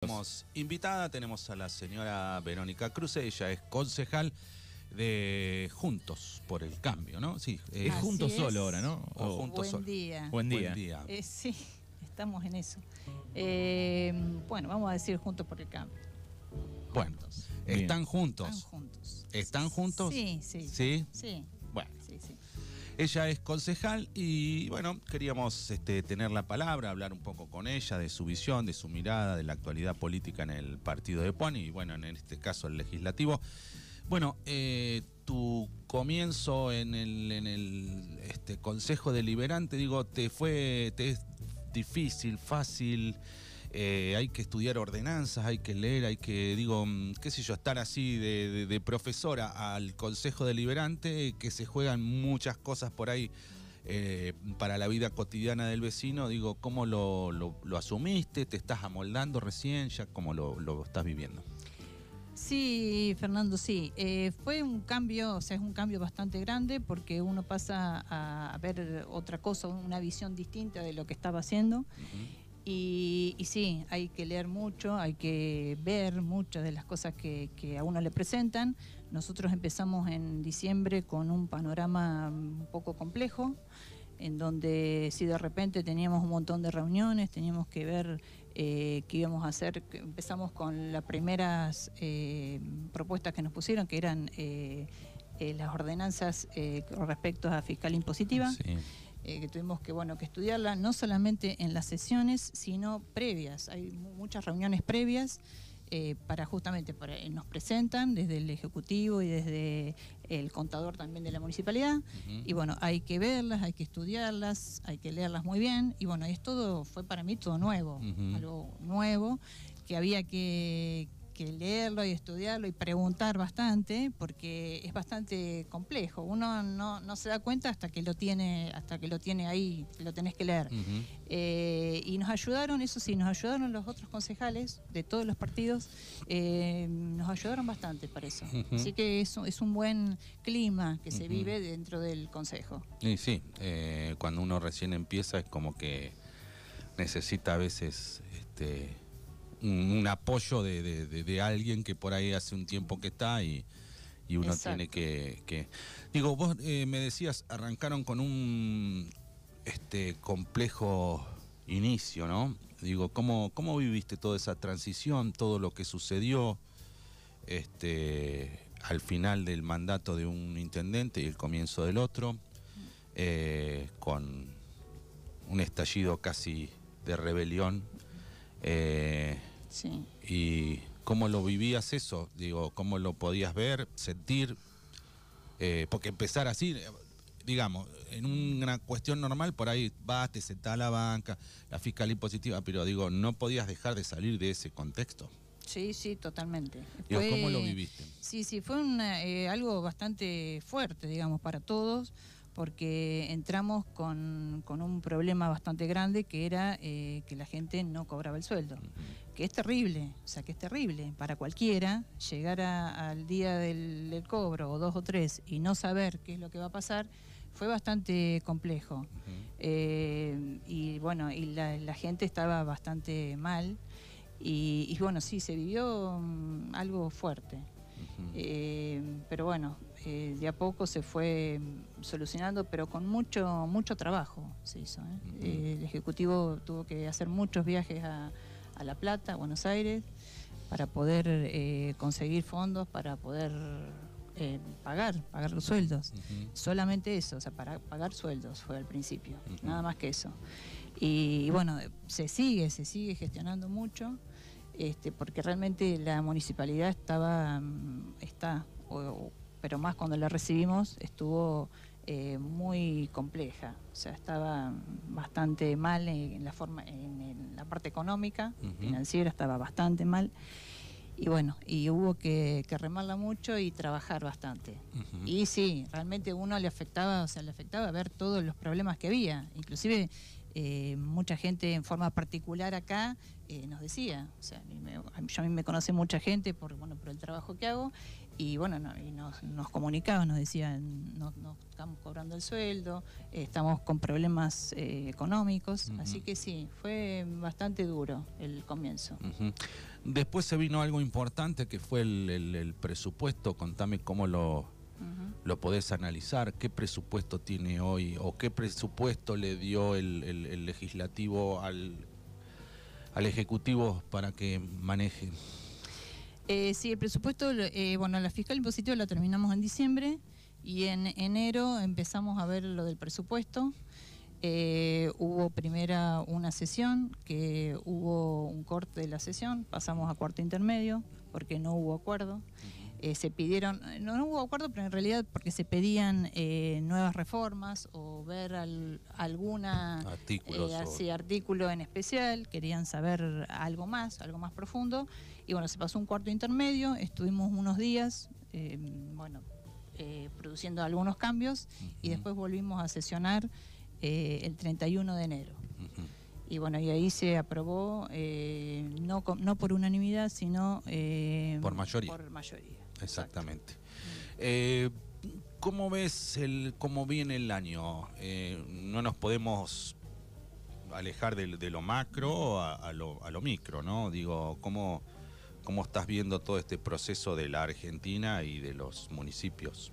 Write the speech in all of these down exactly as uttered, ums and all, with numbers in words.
tenemos invitada, tenemos a la señora Verónica Cruce, ella es concejal de Juntos por el Cambio, ¿no? Sí, eh, Juntos es. Solo ahora, ¿no? O Juntos Buen Solo. día. Buen día. Buen día. Eh, sí, estamos en eso. Eh, bueno, vamos a decir Juntos por el Cambio. Bueno, Juntos. ¿están juntos? Están juntos. ¿Están juntos? Sí, sí. ¿Sí? Sí. Bueno. Sí, sí. Ella es concejal y bueno, queríamos este, tener la palabra, hablar un poco con ella de su visión, de su mirada, de la actualidad política en el partido de Puan y bueno, en este caso el legislativo. Bueno, eh, tu comienzo en el, en el este, Consejo Deliberante, digo, te fue, te es difícil, fácil, eh, hay que estudiar ordenanzas, hay que leer, hay que, digo, qué sé yo, estar así de, de, de profesora al Consejo Deliberante, que se juegan muchas cosas por ahí eh, para la vida cotidiana del vecino, digo, ¿cómo lo, lo, lo asumiste? ¿Te estás amoldando recién? ¿Ya cómo lo, lo estás viviendo? Sí, Fernando, sí. Eh, fue un cambio, o sea, es un cambio bastante grande porque uno pasa a ver otra cosa, una visión distinta de lo que estaba haciendo. Uh-huh. Y, y sí, hay que leer mucho, hay que ver muchas de las cosas que, que a uno le presentan. Nosotros empezamos en diciembre con un panorama un poco complejo, en donde si de repente teníamos un montón de reuniones, teníamos que ver eh, qué íbamos a hacer. Empezamos con las primeras eh, propuestas que nos pusieron, que eran eh, eh, las ordenanzas eh, con respecto a fiscal impositiva. Sí. Eh, que tuvimos que, bueno, que estudiarla no solamente en las sesiones, sino previas. Hay muchas reuniones previas eh, para justamente, para, eh, nos presentan desde el Ejecutivo y desde el contador también de la municipalidad. Uh-huh. Y bueno, hay que verlas, hay que estudiarlas, hay que leerlas muy bien. Y bueno, es todo, fue para mí todo nuevo, uh-huh. algo nuevo, que había que... que leerlo y estudiarlo y preguntar bastante, porque es bastante complejo. Uno no, no se da cuenta hasta que lo tiene, hasta que lo tiene ahí, lo tenés que leer. Uh-huh. eh, y nos ayudaron, eso sí, nos ayudaron los otros concejales de todos los partidos, eh, nos ayudaron bastante para eso. Uh-huh. Así que eso es un buen clima que uh-huh. se vive dentro del consejo. Y sí, eh, cuando uno recién empieza es como que necesita a veces este un apoyo de, de, de, de alguien que por ahí hace un tiempo que está y, y uno Exacto. tiene que, que... Digo, vos eh, me decías, arrancaron con un este complejo inicio, ¿no? Digo, ¿cómo, cómo viviste toda esa transición, todo lo que sucedió este, al final del mandato de un intendente y el comienzo del otro, eh, con un estallido casi de rebelión? Eh, sí. ¿Y cómo lo vivías eso? Digo, ¿cómo lo podías ver, sentir? Eh, porque empezar así, digamos, en una cuestión normal, por ahí vas, te sentás a la banca, la fiscal impositiva, pero digo, no podías dejar de salir de ese contexto. Sí, sí, totalmente. Digo, fue, ¿cómo lo viviste? Sí, sí, fue una, eh, algo bastante fuerte, digamos, para todos, porque entramos con, con un problema bastante grande que era eh, que la gente no cobraba el sueldo, uh-huh. que es terrible, o sea que es terrible para cualquiera llegar a, al día del, del cobro o dos o tres y no saber qué es lo que va a pasar. Fue bastante complejo. Uh-huh. eh, y bueno, y la, la gente estaba bastante mal y, y bueno, sí, se vivió um, algo fuerte. Uh-huh. eh, pero bueno, eh, de a poco se fue solucionando, pero con mucho mucho trabajo se hizo. ¿eh? Uh-huh. eh, el Ejecutivo tuvo que hacer muchos viajes a, a La Plata, a Buenos Aires, para poder eh, conseguir fondos, para poder eh, pagar, pagar los sueldos. Uh-huh. Solamente eso, o sea, para pagar sueldos fue al principio, uh-huh. nada más que eso. Y, y bueno, se sigue, se sigue gestionando mucho. Este, porque realmente la municipalidad estaba, está, o, pero más cuando la recibimos, estuvo eh, muy compleja, o sea, estaba bastante mal en la forma, en, en la parte económica, uh-huh. financiera, estaba bastante mal, y bueno, y hubo que, que remarla mucho y trabajar bastante. Uh-huh. Y sí, realmente uno le afectaba, o sea, le afectaba ver todos los problemas que había, inclusive eh, mucha gente en forma particular acá eh, nos decía, o sea, a mí me, yo a mí me conoce mucha gente por, bueno, por el trabajo que hago, y bueno, no, y nos, nos comunicaban, nos decían, no, no estamos cobrando el sueldo, eh, estamos con problemas eh, económicos, uh-huh. Así que sí, fue bastante duro el comienzo. Uh-huh. Después se vino algo importante que fue el, el, el presupuesto. Contame cómo lo, uh-huh. lo podés analizar, qué presupuesto tiene hoy o qué presupuesto le dio el, el, el legislativo al, al ejecutivo para que maneje. Eh, sí, el presupuesto, eh, bueno, la fiscal impositiva la terminamos en diciembre y en enero empezamos a ver lo del presupuesto. Eh, hubo primera una sesión, que hubo un corte de la sesión, pasamos a cuarto intermedio porque no hubo acuerdo. Eh, se pidieron, no, no hubo acuerdo, pero en realidad porque se pedían eh, nuevas reformas o ver al, alguna Artículos, eh, así, o... artículo en especial, querían saber algo más, algo más profundo. Y bueno, se pasó un cuarto intermedio, estuvimos unos días, eh, bueno, eh, produciendo algunos cambios, uh-huh. Y después volvimos a sesionar eh, el treinta y uno de enero. Uh-huh. Y bueno, y ahí se aprobó, eh, no, no por unanimidad, sino eh, por mayoría. Por mayoría. Exactamente. Eh, ¿Cómo ves el, cómo viene el año? Eh, no nos podemos alejar de, de lo macro a, a, lo, a lo micro, ¿no? Digo, ¿cómo, ¿cómo estás viendo todo este proceso de la Argentina y de los municipios?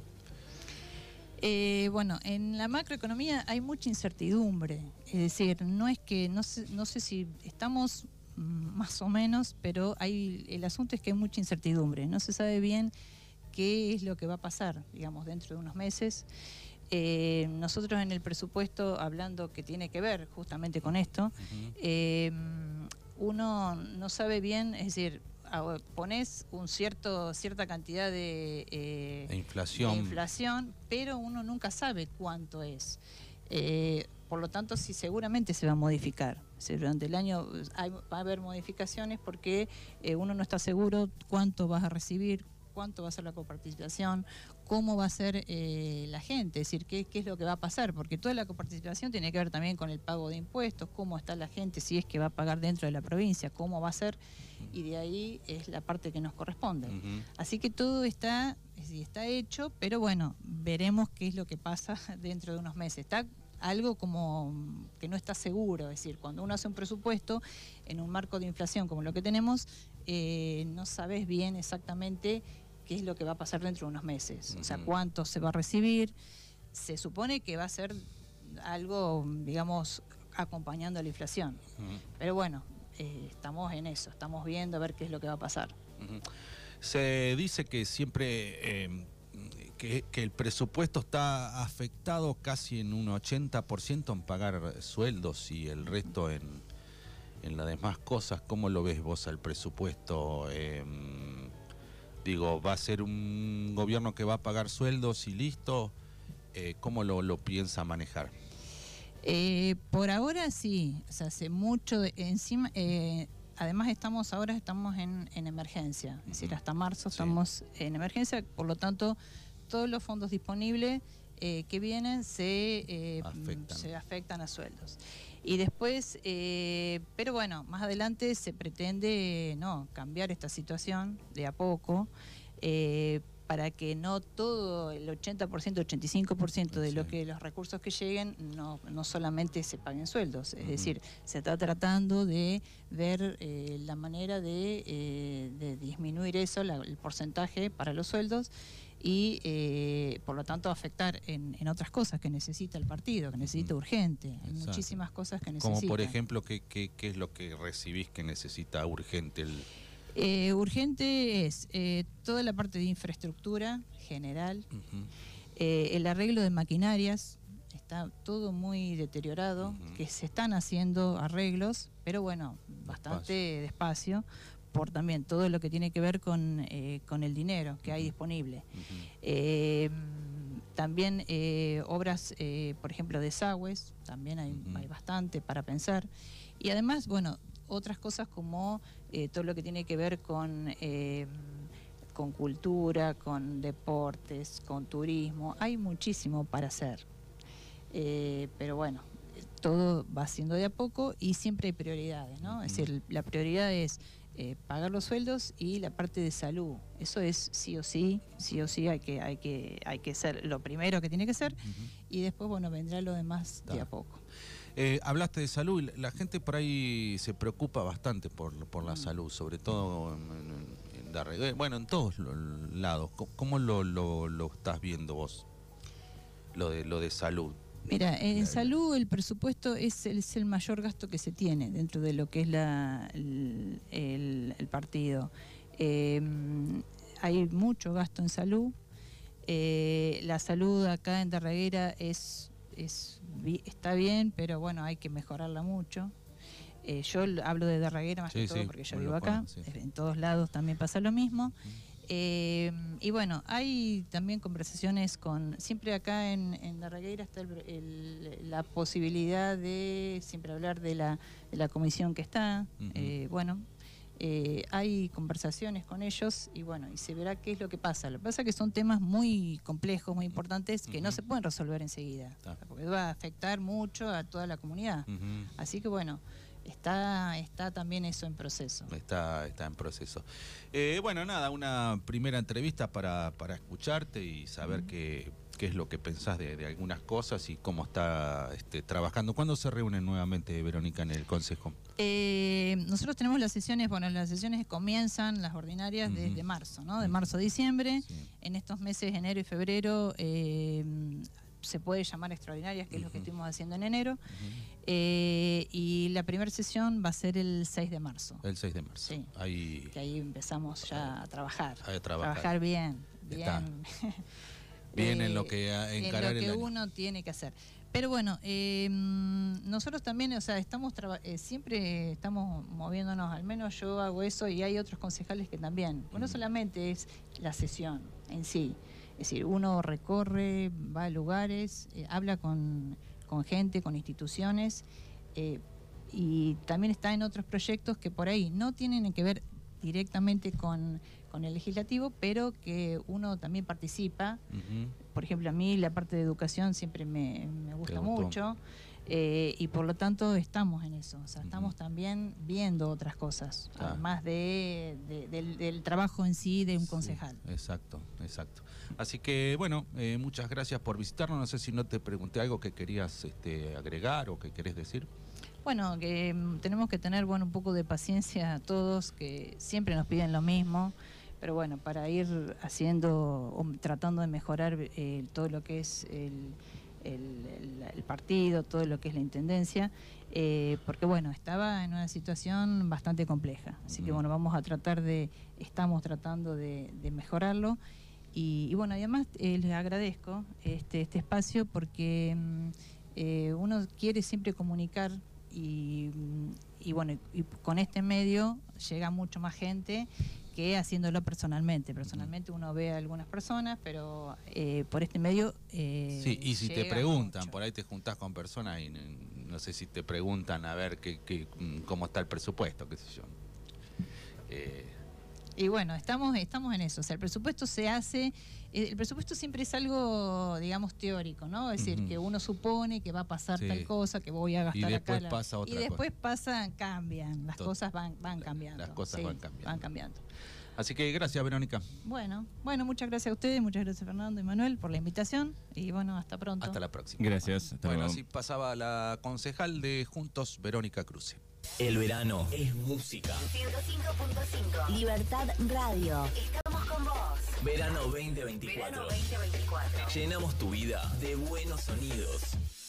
Eh, bueno, en la macroeconomía hay mucha incertidumbre, es decir, no es que, no sé, no sé si estamos más o menos, pero hay, el asunto es que hay mucha incertidumbre, no se sabe bien qué es lo que va a pasar, digamos, dentro de unos meses. Eh, nosotros en el presupuesto, hablando que tiene que ver justamente con esto, uh-huh. eh, uno no sabe bien, es decir, ponés un cierto cierta cantidad de, eh, de, inflación. de inflación, pero uno nunca sabe cuánto es. Eh, por lo tanto, sí, seguramente se va a modificar. O sea, durante el año hay, va a haber modificaciones porque eh, uno no está seguro cuánto vas a recibir, cuánto va a ser la coparticipación, cómo va a ser eh, la gente, es decir, qué, qué es lo que va a pasar, porque toda la coparticipación tiene que ver también con el pago de impuestos, cómo está la gente, si es que va a pagar dentro de la provincia, cómo va a ser, y de ahí es la parte que nos corresponde. Uh-huh. Así que todo está, es decir, está hecho, pero bueno, veremos qué es lo que pasa dentro de unos meses. Está algo como que no está seguro, es decir, cuando uno hace un presupuesto en un marco de inflación como lo que tenemos, eh, no sabes bien exactamente qué es lo que va a pasar dentro de unos meses, uh-huh. O sea, cuánto se va a recibir. Se supone que va a ser algo, digamos, acompañando a la inflación, uh-huh. Pero bueno, eh, estamos en eso, estamos viendo a ver qué es lo que va a pasar. Uh-huh. Se dice que siempre eh, que, que el presupuesto está afectado casi en un ochenta por ciento en pagar sueldos y el resto en, en las demás cosas. ¿Cómo lo ves vos al presupuesto? Eh, digo, ¿va a ser un gobierno que va a pagar sueldos y listo? Eh, ¿Cómo lo, lo piensa manejar? Eh, por ahora sí, o sea, hace mucho de, encima, eh, además estamos ahora estamos en, en emergencia, es uh-huh. decir, hasta marzo sí. Estamos en emergencia, por lo tanto, todos los fondos disponibles eh, que vienen se, eh, afectan. se afectan a sueldos. Y después, eh, pero bueno, más adelante se pretende no cambiar esta situación de a poco, eh, para que no todo el ochenta por ciento, ochenta y cinco por ciento de sí. lo que los recursos que lleguen no, no solamente se paguen sueldos, es uh-huh. decir, se está tratando de ver eh, la manera de, eh, de disminuir eso, la, el porcentaje para los sueldos y eh, por lo tanto afectar en, en otras cosas que necesita el partido, que necesita uh-huh. urgente, hay Exacto. muchísimas cosas que necesita. Como por ejemplo, ¿qué, qué, qué es lo que recibís que necesita urgente el...? Eh, urgente es eh, toda la parte de infraestructura general, uh-huh. eh, el arreglo de maquinarias, está todo muy deteriorado, uh-huh. que se están haciendo arreglos, pero bueno, bastante despacio, despacio por también todo lo que tiene que ver con, eh, con el dinero que uh-huh. hay disponible. Uh-huh. eh, también eh, obras, eh, por ejemplo, desagües, también hay, uh-huh. hay bastante para pensar. Y además, bueno, otras cosas como eh, todo lo que tiene que ver con, eh, con cultura, con deportes, con turismo. Hay muchísimo para hacer. Eh, pero bueno, todo va siendo de a poco y siempre hay prioridades, ¿no? Uh-huh. Es decir, la prioridad es eh, pagar los sueldos y la parte de salud. Eso es sí o sí, sí o sí hay que, hay que, hay que ser lo primero que tiene que ser, uh-huh. y después, bueno, vendrá lo demás de a poco. Eh, hablaste de salud, la gente por ahí se preocupa bastante por, por la mm. salud, sobre todo en, en, en Darreguera, bueno, en todos los lados. ¿Cómo lo, lo, lo estás viendo vos, lo de, lo de salud? Mira, en la, salud el presupuesto es el, es el mayor gasto que se tiene dentro de lo que es la, el, el, el partido. Eh, hay mucho gasto en salud. Eh, la salud acá en Darreguera es, es, está bien, pero bueno, hay que mejorarla mucho. Eh, yo hablo de Darreguera más sí, que todo sí, porque yo vivo acá. Ponen, sí. En todos lados también pasa lo mismo. Uh-huh. Eh, y bueno, hay también conversaciones con, siempre acá en, en Darreguera está el, el, la posibilidad de siempre hablar de la, de la comisión que está, uh-huh. eh, bueno, eh, hay conversaciones con ellos y bueno, y se verá qué es lo que pasa. Lo que pasa es que son temas muy complejos, muy importantes, que uh-huh. no se pueden resolver enseguida, ah. porque va a afectar mucho a toda la comunidad. Uh-huh. Así que bueno, Está, está también eso en proceso. Está, está en proceso. Eh, bueno, nada, una primera entrevista para, para escucharte y saber uh-huh. qué, qué es lo que pensás de, de algunas cosas y cómo está este, trabajando. ¿Cuándo se reúnen nuevamente, Verónica, en el Consejo? Eh, nosotros tenemos las sesiones, bueno, las sesiones comienzan, las ordinarias, uh-huh. desde marzo, ¿no? De marzo a diciembre. Sí. En estos meses, enero y febrero, eh, se puede llamar extraordinarias, que uh-huh. es lo que estuvimos haciendo en enero. Uh-huh. Eh, y la primera sesión va a ser el seis de marzo. El seis de marzo. Sí. Ahí, que ahí empezamos ya a trabajar. A trabajar. Trabajar bien. Bien, bien eh, en lo que a encarar en lo que el uno año. Tiene que hacer. Pero bueno, eh, nosotros también, o sea, estamos eh, siempre estamos moviéndonos, al menos yo hago eso y hay otros concejales que también. Uh-huh. No solamente es la sesión en sí. Es decir, uno recorre, va a lugares, eh, habla con, con gente, con instituciones, eh, y también está en otros proyectos que por ahí no tienen que ver directamente con, con el legislativo, pero que uno también participa. Uh-huh. Por ejemplo, a mí la parte de educación siempre me, me gusta mucho. Eh, y por lo tanto estamos en eso, o sea, estamos uh-huh. también viendo otras cosas, ah. además de, de, del, del trabajo en sí de un concejal. Sí, exacto, exacto. Así que bueno, eh, muchas gracias por visitarnos. No sé si no te pregunté algo que querías este, agregar o que querés decir. Bueno, que um, tenemos que tener bueno un poco de paciencia todos, que siempre nos piden lo mismo, pero bueno, para ir haciendo, o tratando de mejorar eh, todo lo que es el El, el, el partido, todo lo que es la intendencia, eh, porque bueno, estaba en una situación bastante compleja, así que bueno, vamos a tratar de, estamos tratando de, de mejorarlo, y, y bueno, además eh, les agradezco este, este espacio porque eh, uno quiere siempre comunicar y, y bueno, y con este medio llega mucho más gente que haciéndolo personalmente. Personalmente uno ve a algunas personas, pero eh, por este medio eh, sí, y si te preguntan, mucho. Por ahí te juntás con personas y no sé si te preguntan a ver qué, qué, cómo está el presupuesto, qué sé yo. Eh, y bueno, estamos, estamos en eso. O sea, el presupuesto se hace, el presupuesto siempre es algo, digamos, teórico, ¿no? Es decir, uh-huh. que uno supone que va a pasar sí. tal cosa, que voy a gastar y después acá. Pasa otra y después cosa. pasan, cambian, las Todo. cosas van, van cambiando. Las cosas sí, van cambiando. Van cambiando. Así que gracias, Verónica. Bueno, bueno, muchas gracias a ustedes, muchas gracias Fernando y Manuel por la invitación y bueno, hasta pronto. Hasta la próxima. Gracias. Hasta bueno, luego. así pasaba la concejal de Juntos, Verónica Cruce. El verano es música. ciento cinco punto cinco Libertad Radio. Estamos con vos. Verano veinte veinticuatro. Verano veinte veinticuatro. Llenamos tu vida de buenos sonidos.